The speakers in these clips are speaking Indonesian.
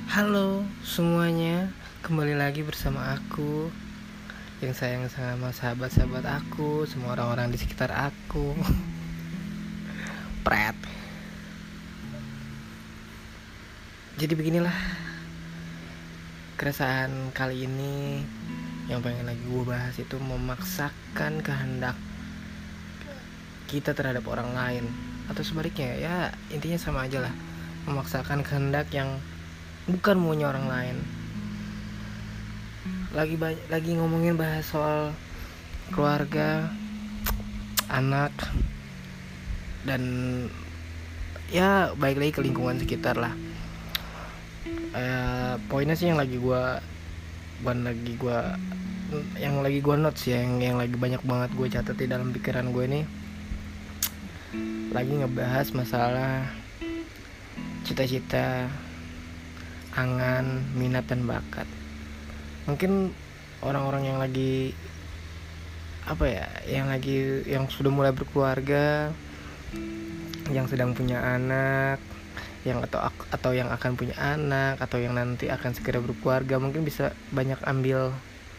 Halo semuanya, kembali lagi bersama aku yang sayang sama sahabat-sahabat aku, semua orang-orang di sekitar aku. Pret. Jadi beginilah keresahan kali ini. Yang pengen lagi gue bahas itu memaksakan kehendak kita terhadap orang lain, atau sebaliknya, ya intinya sama aja lah. Memaksakan kehendak yang bukan maunya orang lain. Lagi ngomongin bahas soal keluarga, anak, dan ya baik lagi ke lingkungan sekitar lah. Poinnya sih yang lagi gue notes ya, yang lagi banyak banget gue catat di dalam pikiran gue ini, lagi ngebahas masalah cita-cita, angan, minat dan bakat. Mungkin orang-orang yang lagi yang sudah mulai berkeluarga, yang sedang punya anak, atau yang akan punya anak, atau yang nanti akan segera berkeluarga, mungkin bisa banyak ambil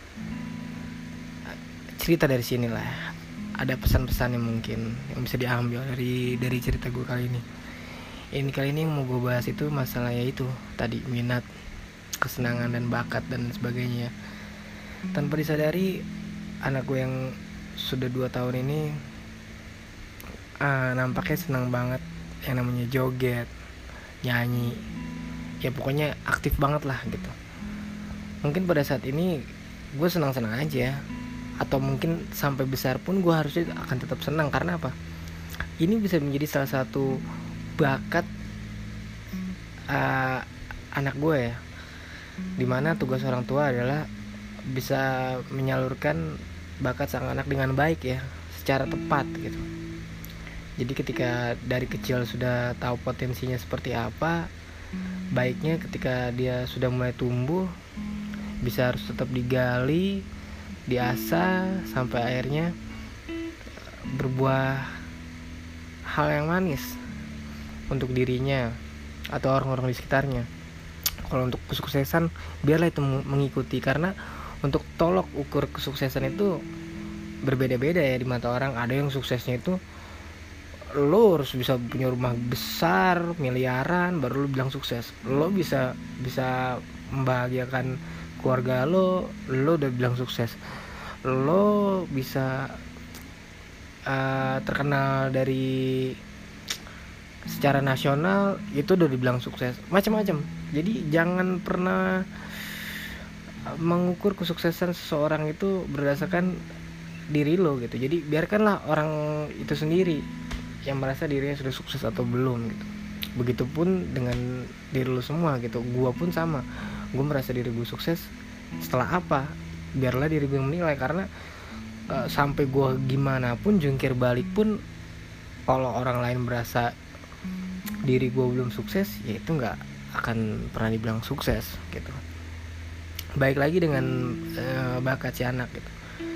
cerita dari sini lah. Ada pesan-pesan yang mungkin yang bisa diambil dari cerita gue kali ini. Kali ini yang mau gue bahas itu masalah yaitu tadi minat, kesenangan dan bakat dan sebagainya. Tanpa disadari, anak gue yang sudah 2 tahun ini nampaknya senang banget yang namanya joget, nyanyi, ya pokoknya aktif banget lah gitu. Mungkin pada saat ini gue senang-senang aja, atau mungkin sampai besar pun gue harusnya akan tetap senang. Karena apa? Ini bisa menjadi salah satu bakat anak gue ya, dimana tugas orang tua adalah bisa menyalurkan bakat sang anak dengan baik ya, secara tepat gitu. Jadi ketika dari kecil sudah tahu potensinya seperti apa, baiknya ketika dia sudah mulai tumbuh bisa harus tetap digali, diasah sampai akhirnya berbuah hal yang manis untuk dirinya atau orang-orang di sekitarnya. Kalau untuk kesuksesan, biarlah itu mengikuti, karena untuk tolok ukur kesuksesan itu berbeda-beda ya di mata orang. Ada yang suksesnya itu lo harus bisa punya rumah besar miliaran baru lo bilang sukses. Lo bisa membahagiakan keluarga lo udah bilang sukses. Lo bisa terkenal dari secara nasional, itu udah dibilang sukses. Macam-macam. Jadi jangan pernah mengukur kesuksesan seseorang itu berdasarkan diri lo gitu. Jadi biarkanlah orang itu sendiri yang merasa dirinya sudah sukses atau belum gitu. Begitupun dengan diri lo semua gitu. Gua pun sama. Gue merasa diri gue sukses setelah apa? Biarlah diri gue menilai. Karena sampai gue gimana pun, jungkir balik pun, kalau orang lain merasa diri gue belum sukses, ya itu nggak akan pernah dibilang sukses gitu. Baik lagi dengan bakat si anak gitu.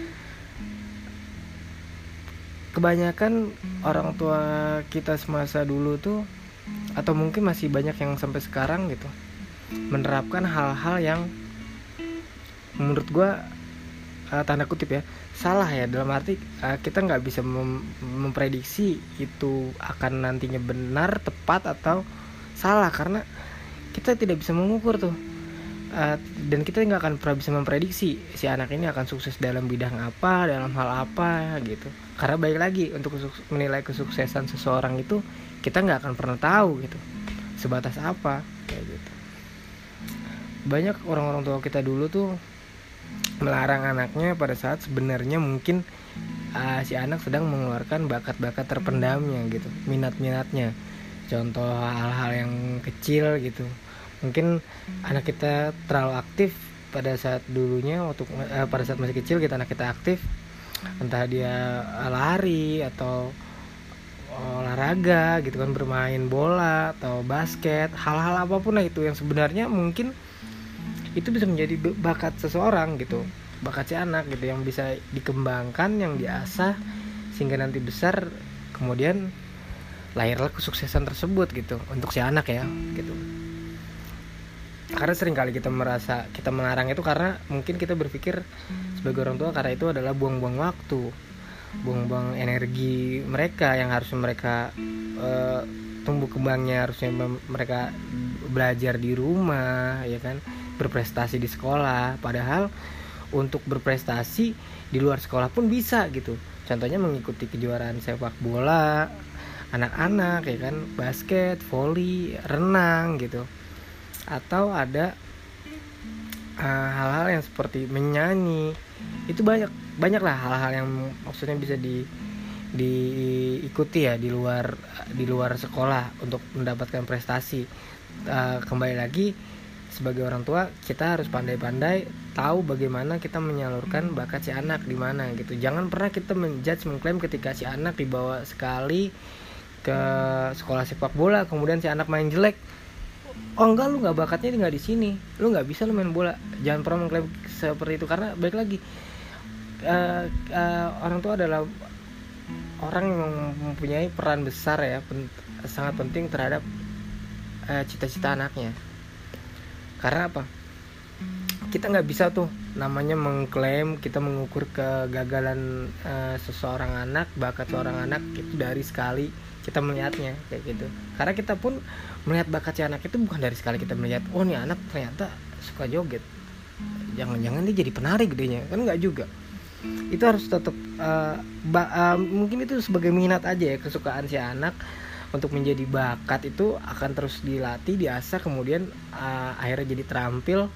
Kebanyakan orang tua kita semasa dulu tuh, atau mungkin masih banyak yang sampai sekarang gitu, menerapkan hal-hal yang menurut gue tanda kutip ya salah ya, dalam arti kita nggak bisa memprediksi itu akan nantinya benar, tepat atau salah, karena kita tidak bisa mengukur tuh. Dan kita nggak akan pernah bisa memprediksi si anak ini akan sukses dalam bidang apa, dalam hal apa gitu. Karena baik lagi, untuk menilai kesuksesan seseorang itu kita nggak akan pernah tahu gitu sebatas apa kayak gitu. Banyak orang-orang tua kita dulu tuh melarang anaknya pada saat sebenarnya mungkin si anak sedang mengeluarkan bakat-bakat terpendamnya gitu, minat-minatnya. Contoh hal-hal yang kecil gitu, mungkin anak kita terlalu aktif pada saat dulunya, pada saat masih kecil anak kita aktif, entah dia lari atau olahraga gitu kan, bermain bola atau basket, hal-hal apapun lah itu yang sebenarnya mungkin itu bisa menjadi bakat seseorang gitu, bakat si anak gitu, yang bisa dikembangkan, yang diasah sehingga nanti besar kemudian lahirlah kesuksesan tersebut gitu untuk si anak ya gitu. Karena sering kali kita merasa kita melarang itu karena mungkin kita berpikir sebagai orang tua karena itu adalah buang-buang waktu, buang-buang energi mereka yang harusnya mereka tumbuh kembangnya, harusnya mereka belajar di rumah, ya kan, berprestasi di sekolah. Padahal untuk berprestasi di luar sekolah pun bisa gitu. Contohnya mengikuti kejuaraan sepak bola anak-anak, ya kan, basket, voli, renang gitu. Atau ada hal-hal yang seperti menyanyi. Itu banyak lah hal-hal yang maksudnya bisa diikuti ya di luar sekolah untuk mendapatkan prestasi. Kembali lagi, sebagai orang tua kita harus pandai-pandai tahu bagaimana kita menyalurkan bakat si anak di mana gitu. Jangan pernah kita menjudge, mengklaim ketika si anak dibawa sekali ke sekolah sepak bola kemudian si anak main jelek, oh enggak, lu nggak bakatnya nggak di sini, lu nggak bisa lu main bola. Jangan pernah mengklaim seperti itu, karena balik lagi orang tua adalah orang yang mempunyai peran besar ya, sangat penting terhadap cita-cita anaknya. Karena apa? Kita nggak bisa tuh namanya mengklaim, kita mengukur kegagalan seseorang anak, bakat seorang anak itu dari sekali kita melihatnya kayak gitu. Karena kita pun melihat bakat si anak itu bukan dari sekali kita melihat, oh nih anak ternyata suka joget, jangan-jangan dia jadi penari gedenya, kan nggak juga. Itu harus tetap mungkin itu sebagai minat aja ya, kesukaan si anak. Untuk menjadi bakat itu akan terus dilatih, diasah, kemudian akhirnya jadi terampil,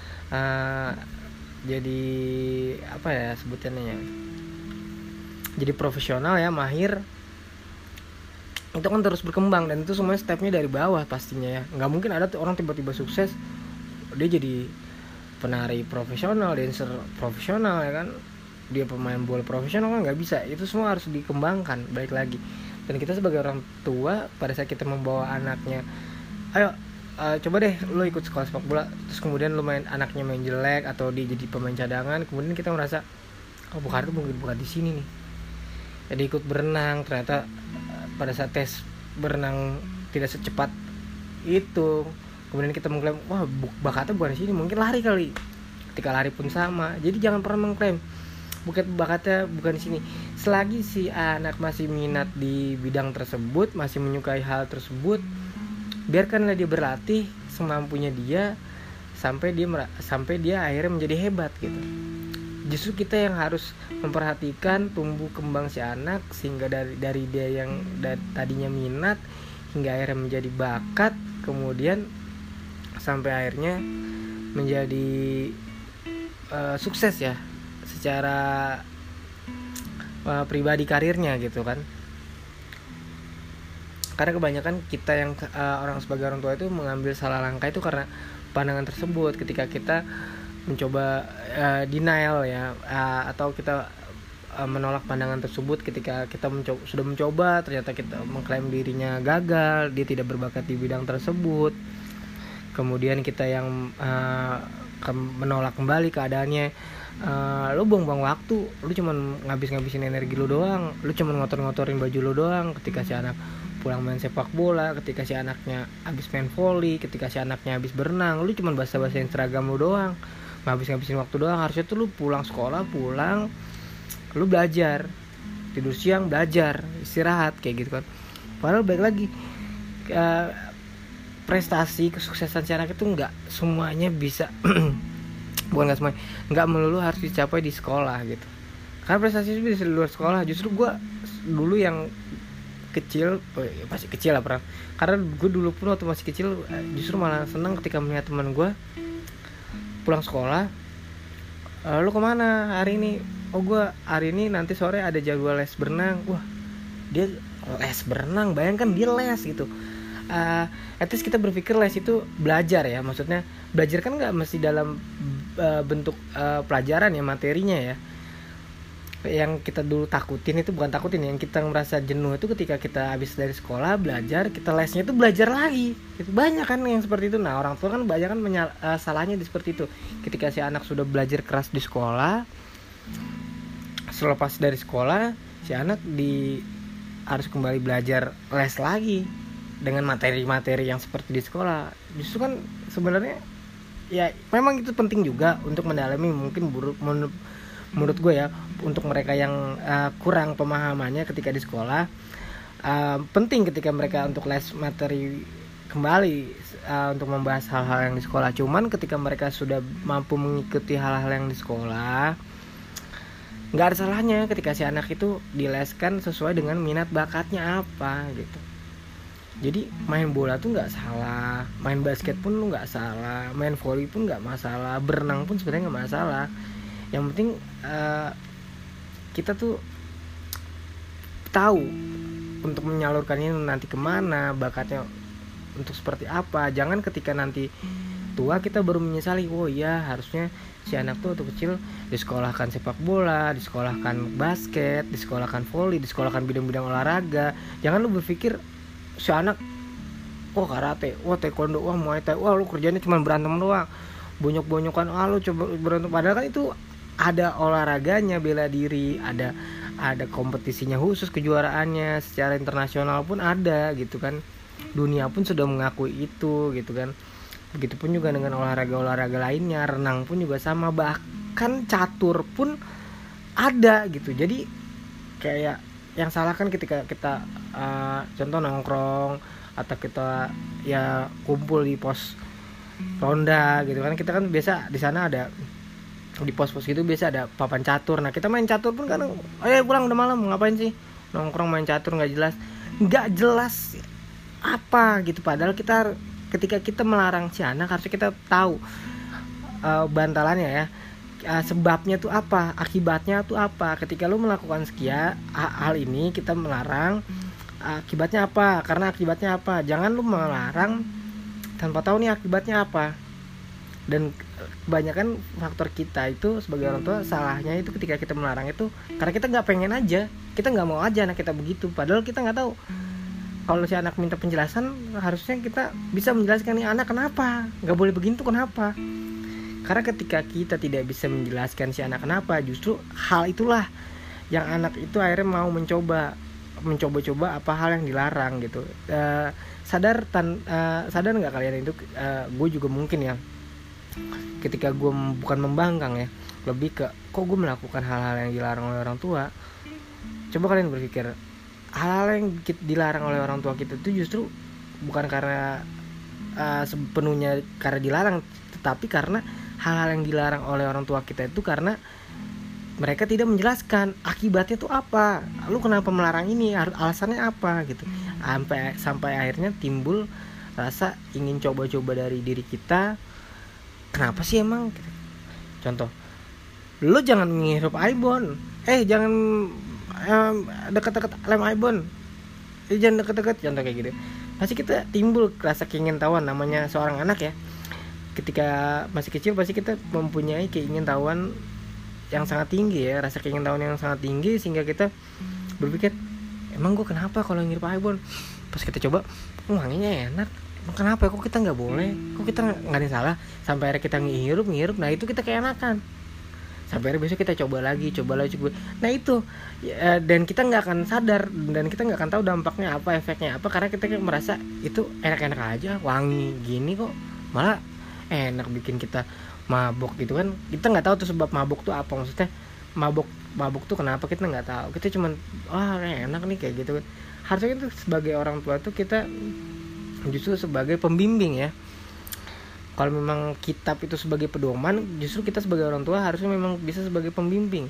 jadi apa ya sebutannya, jadi profesional ya, mahir. Itu kan terus berkembang, dan itu semuanya stepnya dari bawah pastinya ya. Nggak mungkin ada tuh orang tiba-tiba sukses dia jadi penari profesional, dancer profesional, ya kan, dia pemain bola profesional, kan nggak bisa. Itu semua harus dikembangkan. Balik lagi, dan kita sebagai orang tua pada saat kita membawa anaknya, ayo coba deh lo ikut sekolah sepak bola, terus kemudian lo anaknya main jelek atau dia jadi pemain cadangan, kemudian kita merasa oh bukan itu bukan di sini nih. Jadi ikut berenang, ternyata pada saat tes berenang tidak secepat itu, kemudian kita mengklaim wah bakatnya bukan di sini, mungkin lari kali, ketika lari pun sama. Jadi jangan pernah mengklaim bakatnya bukan di sini. Selagi si anak masih minat di bidang tersebut, masih menyukai hal tersebut, biarkanlah dia berlatih semampunya dia sampai dia akhirnya menjadi hebat gitu. Justru kita yang harus memperhatikan tumbuh kembang si anak, sehingga dari dia yang tadinya minat hingga akhirnya menjadi bakat, kemudian sampai akhirnya menjadi sukses ya secara pribadi karirnya gitu kan. Karena kebanyakan kita yang orang sebagai orang tua itu mengambil salah langkah itu karena pandangan tersebut. Ketika kita mencoba denial ya, atau kita menolak pandangan tersebut, ketika kita sudah mencoba ternyata kita mengklaim dirinya gagal, dia tidak berbakat di bidang tersebut, kemudian kita yang menolak kembali keadaannya. Lu buang-buang waktu, lu cuman ngabisin energi lu doang, lu cuman ngotorin baju lu doang. Ketika si anak pulang main sepak bola, ketika si anaknya habis main volley, ketika si anaknya habis berenang, lu cuman basa-basain seragam lu doang, ngabisin waktu doang. Harusnya tuh lu pulang sekolah, lu belajar, tidur siang belajar, istirahat kayak gitu kan. Padahal balik lagi, prestasi kesuksesan si anak itu nggak semuanya bisa bukan nggak semuanya, nggak melulu harus dicapai di sekolah gitu. Karena prestasi itu bisa di luar sekolah. Justru gue dulu yang kecil, pasti kecil lah pernah, karena gue dulu pun waktu masih kecil justru malah senang ketika melihat teman gue pulang sekolah, lu kemana hari ini? Oh gue hari ini nanti sore ada jadwal les berenang. Wah, dia les berenang, bayangkan dia les gitu. At least kita berpikir les itu belajar ya, maksudnya belajar kan nggak mesti dalam bentuk pelajaran ya, materinya ya. Yang kita dulu takutin itu bukan takutin, yang kita merasa jenuh itu ketika kita habis dari sekolah belajar, kita lesnya itu belajar lagi gitu. Banyak kan yang seperti itu. Nah orang tua kan banyak kan salahnya di seperti itu. Ketika si anak sudah belajar keras di sekolah, selepas dari sekolah si anak harus kembali belajar les lagi dengan materi-materi yang seperti di sekolah. Justru kan sebenarnya ya memang itu penting juga untuk mendalami, mungkin menurut gue ya, untuk mereka yang kurang pemahamannya ketika di sekolah, penting ketika mereka untuk les materi kembali untuk membahas hal-hal yang di sekolah. Cuman ketika mereka sudah mampu mengikuti hal-hal yang di sekolah, nggak ada salahnya ketika si anak itu dileskan sesuai dengan minat bakatnya apa gitu. Jadi main bola tuh nggak salah, main basket pun nggak salah, main volley pun nggak masalah, berenang pun sebenarnya nggak masalah. Yang penting kita tuh tahu untuk menyalurkannya nanti kemana, bakatnya untuk seperti apa. Jangan ketika nanti tua kita baru menyesali, oh iya harusnya si anak tuh waktu kecil disekolahkan sepak bola, disekolahkan basket, disekolahkan volley, disekolahkan bidang-bidang olahraga. Jangan lu berpikir si anak karate, taekwondo, muay thai, lu kerjanya cuma berantem doang, bonyok-bonyokan, lu coba berantem. Padahal kan itu ada olahraganya, bela diri, ada kompetisinya khusus, kejuaraannya secara internasional pun ada gitu kan. Dunia pun sudah mengakui itu gitu kan. Begitupun juga dengan olahraga lainnya, renang pun juga sama, bahkan catur pun ada gitu. Jadi kayak yang salah kan ketika kita contoh nongkrong atau kita ya kumpul di pos ronda gitu kan. Kita kan biasa di sana ada, di pos-pos gitu biasa ada papan catur. Nah kita main catur pun kadang, pulang udah malam, ngapain sih nongkrong main catur nggak jelas apa gitu. Padahal ketika kita melarang si anak, harusnya kita tahu bantalannya ya, sebabnya tuh apa, akibatnya tuh apa. Ketika lu melakukan sekian hal ini, kita melarang, akibatnya apa, karena akibatnya apa. Jangan lu melarang tanpa tahu nih akibatnya apa. Dan kebanyakan faktor kita itu sebagai orang tua, salahnya itu ketika kita melarang itu karena kita nggak pengen aja, kita nggak mau aja anak kita begitu. Padahal kita nggak tahu, kalau si anak minta penjelasan, harusnya kita bisa menjelaskan nih anak kenapa nggak boleh begini tuh kenapa. Karena ketika kita tidak bisa menjelaskan si anak kenapa, justru hal itulah yang anak itu akhirnya mau mencoba apa hal yang dilarang gitu. Sadar nggak kalian itu, gue juga mungkin ya, ketika gue bukan membangkang ya, lebih ke kok gue melakukan hal-hal yang dilarang oleh orang tua. Coba kalian berpikir, hal-hal yang dilarang oleh orang tua kita itu justru bukan karena sepenuhnya karena dilarang, tetapi karena hal-hal yang dilarang oleh orang tua kita itu karena mereka tidak menjelaskan akibatnya tuh apa, lu kenapa melarang ini, alasannya apa gitu. Sampai akhirnya timbul rasa ingin coba-coba dari diri kita, kenapa sih emang gitu. Contoh, lu jangan menghirup ibon, jangan dekat-dekat lem ibon, jangan dekat-dekat, contoh kayak gitu. Pasti kita timbul rasa keingintahuan, namanya seorang anak ya. Ketika masih kecil pasti kita mempunyai keingintahuan yang sangat tinggi ya, rasa keingintahuan yang sangat tinggi, sehingga kita berpikir, emang gue kenapa kalau ngirup ibon. Pas kita coba, wanginya enak, kenapa kok kita nggak boleh, kok kita nggak ada salah. Sampai akhirnya kita ngirup, nah itu kita keenakan. Sampai akhirnya besok kita coba lagi. Nah itu ya, dan kita nggak akan sadar, dan kita nggak akan tahu dampaknya apa, efeknya apa, karena kita merasa itu enak-enak aja, wangi gini kok, malah enak, bikin kita mabok gitu kan. Kita nggak tahu tuh sebab mabok tuh apa, maksudnya mabok tuh kenapa, kita nggak tahu. Kita cuman enak nih kayak gitu kan. Harusnya itu sebagai orang tua tuh kita justru sebagai pembimbing ya. Kalau memang kitab itu sebagai pedoman, justru kita sebagai orang tua harusnya memang bisa sebagai pembimbing.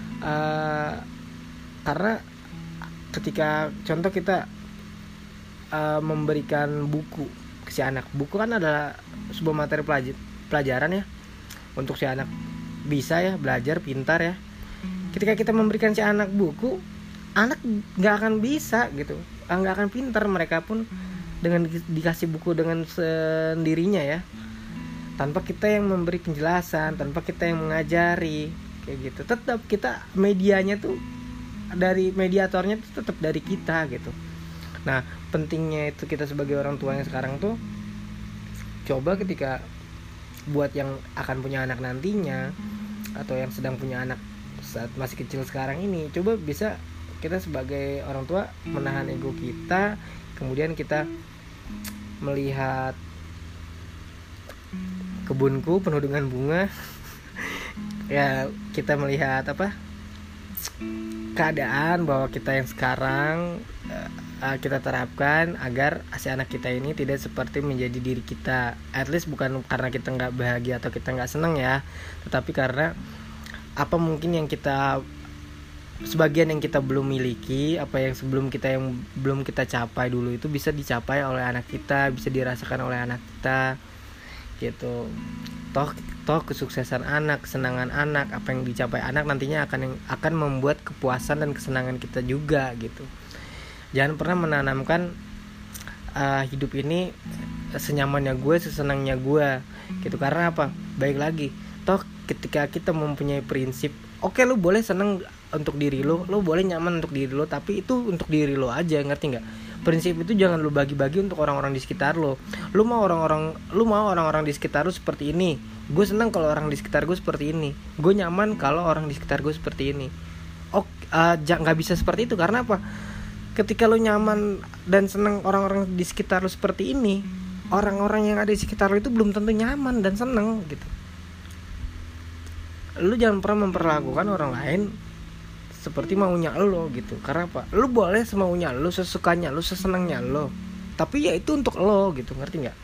Karena ketika contoh kita memberikan buku ke si anak, buku kan adalah sebuah materi pelajaran ya, untuk si anak bisa ya belajar, pintar ya. Ketika kita memberikan si anak buku, anak nggak akan bisa gitu, nggak akan pintar. Mereka pun dengan dikasih buku dengan sendirinya ya, tanpa kita yang memberi penjelasan, tanpa kita yang mengajari kayak gitu. Tetap kita medianya tuh, dari mediatornya tuh tetap dari kita gitu. Nah pentingnya itu kita sebagai orang tua yang sekarang tuh, coba ketika buat yang akan punya anak nantinya, atau yang sedang punya anak saat masih kecil sekarang ini, coba bisa kita sebagai orang tua menahan ego kita, kemudian kita melihat kebunku penuh dengan bunga. Ya kita melihat keadaan bahwa kita yang sekarang kita terapkan agar si anak kita ini tidak seperti menjadi diri kita. At least bukan karena kita nggak bahagia atau kita nggak senang ya, tetapi karena apa mungkin yang kita sebagian yang kita belum miliki, apa yang belum kita capai dulu itu bisa dicapai oleh anak kita, bisa dirasakan oleh anak kita gitu. Toh kesuksesan anak, kesenangan anak, apa yang dicapai anak nantinya akan membuat kepuasan dan kesenangan kita juga gitu. Jangan pernah menanamkan hidup ini senyamannya gue, sesenangnya gue gitu. Karena apa? Baik lagi, toh ketika kita mempunyai prinsip, oke, lu boleh seneng untuk diri lu boleh nyaman untuk diri lu, tapi itu untuk diri lu aja, ngerti nggak? Prinsip itu jangan lu bagi-bagi untuk orang-orang di sekitar lu. Lu mau orang-orang di sekitar lu seperti ini, gue senang kalau orang di sekitar gue seperti ini, gue nyaman kalau orang di sekitar gue seperti ini. Nggak bisa seperti itu. Karena apa? Ketika lu nyaman dan senang orang-orang di sekitar lu seperti ini, orang-orang yang ada di sekitar lu itu belum tentu nyaman dan senang gitu. Lu jangan pernah memperlakukan orang lain seperti maunya lo gitu. Karena apa? Lu boleh semaunya lo, sesukanya lo, sesenangnya lo, tapi ya itu untuk lo gitu, ngerti nggak?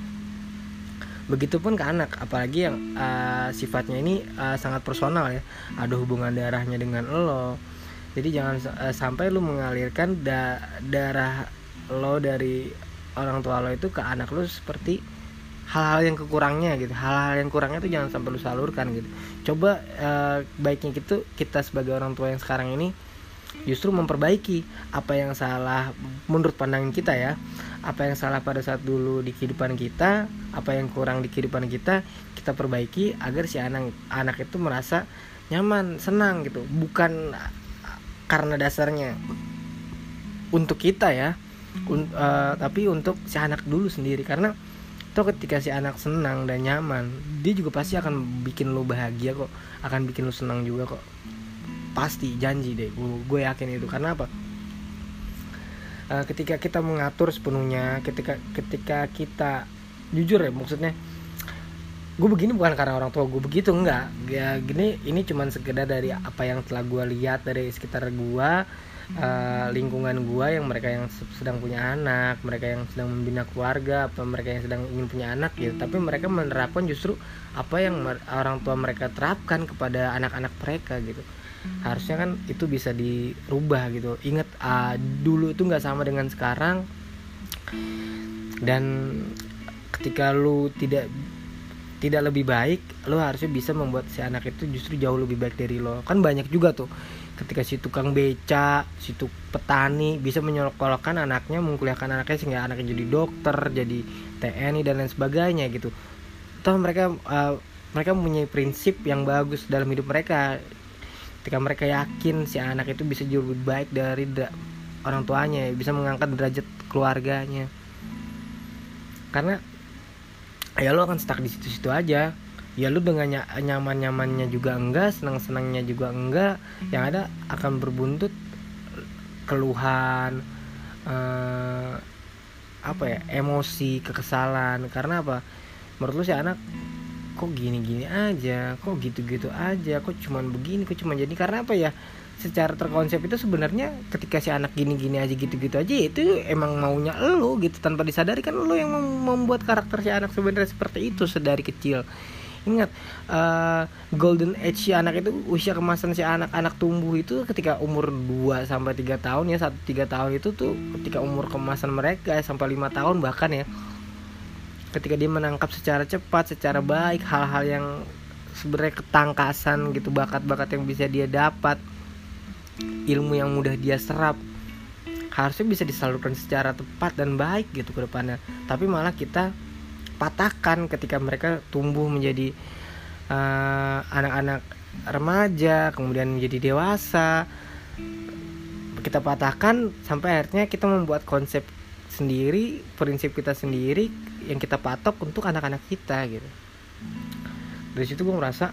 Begitupun ke anak, apalagi yang sifatnya ini sangat personal ya, ada hubungan darahnya dengan lo. Jadi jangan sampai lu mengalirkan darah lo dari orang tua lo itu ke anak lo seperti hal-hal yang kekurangnya gitu. Hal-hal yang kurangnya itu jangan sampai lu salurkan gitu. Coba baiknya gitu kita sebagai orang tua yang sekarang ini justru memperbaiki apa yang salah menurut pandangan kita ya. Apa yang salah pada saat dulu di kehidupan kita, apa yang kurang di kehidupan kita perbaiki agar si anak itu merasa nyaman, senang gitu. Bukan karena dasarnya untuk kita ya, tapi untuk si anak dulu sendiri. Karena toh ketika si anak senang dan nyaman, dia juga pasti akan bikin lo bahagia kok, akan bikin lo senang juga kok, pasti, janji deh, gue yakin itu. Karena apa? Ketika kita mengatur sepenuhnya, ketika kita jujur ya, maksudnya gue begini bukan karena orang tua gue begitu, enggak ya, ini cuman sekedar dari apa yang telah gue lihat dari sekitar gue, lingkungan gue, yang mereka yang sedang punya anak, mereka yang sedang membina keluarga, apa mereka yang sedang ingin punya anak gitu, tapi mereka menerapkan justru apa yang orang tua mereka terapkan kepada anak-anak mereka gitu. Harusnya kan itu bisa dirubah gitu. Ingat, dulu itu nggak sama dengan sekarang, dan ketika lu tidak lebih baik, lo harusnya bisa membuat si anak itu justru jauh lebih baik dari lo. Kan banyak juga tuh ketika si tukang beca, si petani bisa menyekolahkan anaknya, mengkuliahkan anaknya sehingga anaknya jadi dokter, jadi TNI dan lain sebagainya gitu. Toh mereka mempunyai prinsip yang bagus dalam hidup mereka. Ketika mereka yakin si anak itu bisa jauh lebih baik dari orang tuanya, bisa mengangkat derajat keluarganya. Karena ya lo akan stuck di situ-situ aja. Ya lo dengan nyaman-nyamannya juga enggak, senang-senangnya juga enggak, yang ada akan berbuntut keluhan, emosi, kekesalan. Karena apa? Menurut lo si anak kok gini-gini aja, kok gitu-gitu aja, kok cuman begini, kok cuman jadi. Karena apa ya? Secara terkonsep itu sebenarnya ketika si anak gini-gini aja, gitu-gitu aja, itu emang maunya lo gitu, tanpa disadari kan lo yang membuat karakter si anak sebenarnya seperti itu sedari kecil. Ingat, golden age si anak itu, usia kemasan si anak-anak tumbuh itu ketika umur 2 sampai 3 tahun ya. 1-3 tahun itu tuh ketika umur kemasan mereka sampai 5 tahun bahkan ya. Ketika dia menangkap secara cepat, secara baik hal-hal yang sebenarnya ketangkasan gitu, bakat-bakat yang bisa dia dapat, ilmu yang mudah dia serap, harusnya bisa disalurkan secara tepat dan baik gitu ke depannya. Tapi malah kita patahkan ketika mereka tumbuh menjadi anak-anak remaja, kemudian menjadi dewasa. Kita patahkan sampai akhirnya kita membuat konsep sendiri, prinsip kita sendiri yang kita patok untuk anak-anak kita gitu. Dari situ gue merasa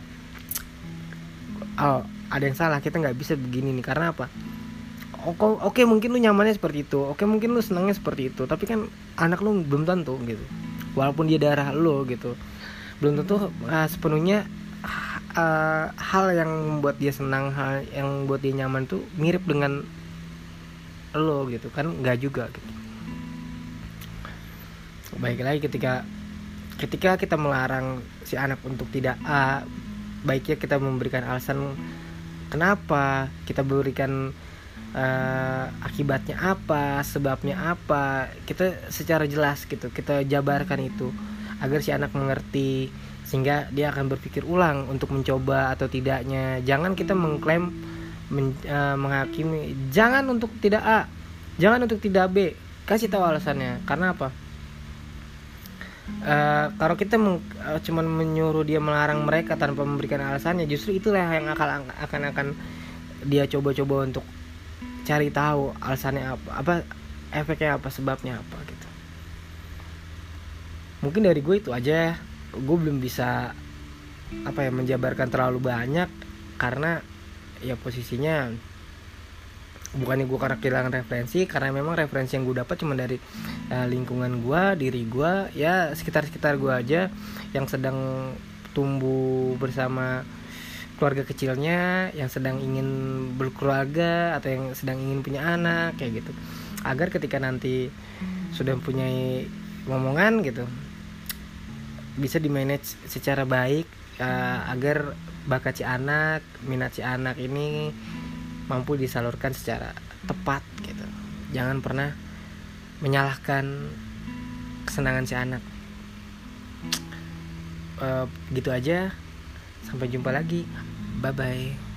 ada yang salah, kita nggak bisa begini nih. Karena apa? Oke, mungkin lu nyamannya seperti itu, oke mungkin lu senangnya seperti itu, tapi kan anak lu belum tentu gitu, walaupun dia darah lu gitu. belum tentu sepenuhnya hal yang membuat dia senang, hal yang membuat dia nyaman tuh mirip dengan lo gitu kan, nggak juga gitu. Baik lagi ketika kita melarang si anak untuk tidak A, baiknya kita memberikan alasan kenapa, kita berikan akibatnya apa, sebabnya apa, kita secara jelas gitu, kita jabarkan itu agar si anak mengerti, sehingga dia akan berpikir ulang untuk mencoba atau tidaknya. Jangan kita mengklaim menghakimi, jangan untuk tidak A, jangan untuk tidak B, kasih tahu alasannya. Karena apa? Kalau kita cuman menyuruh dia, melarang mereka tanpa memberikan alasannya, justru itulah yang akan dia coba-coba untuk cari tahu alasannya apa, efeknya apa, sebabnya apa gitu. Mungkin dari gue itu aja. Gue belum bisa menjabarkan terlalu banyak karena ya posisinya bukannya gue karena kehilangan referensi, karena memang referensi yang gue dapat cuma dari lingkungan gue, diri gue, ya sekitar gue aja yang sedang tumbuh bersama keluarga kecilnya, yang sedang ingin berkeluarga atau yang sedang ingin punya anak kayak gitu, agar ketika nanti sudah mempunyai ngomongan gitu bisa dimanage secara baik, agar bakat si anak, minat si anak ini mampu disalurkan secara tepat gitu. Jangan pernah menyalahkan kesenangan si anak. Gitu aja. Sampai jumpa lagi. Bye bye.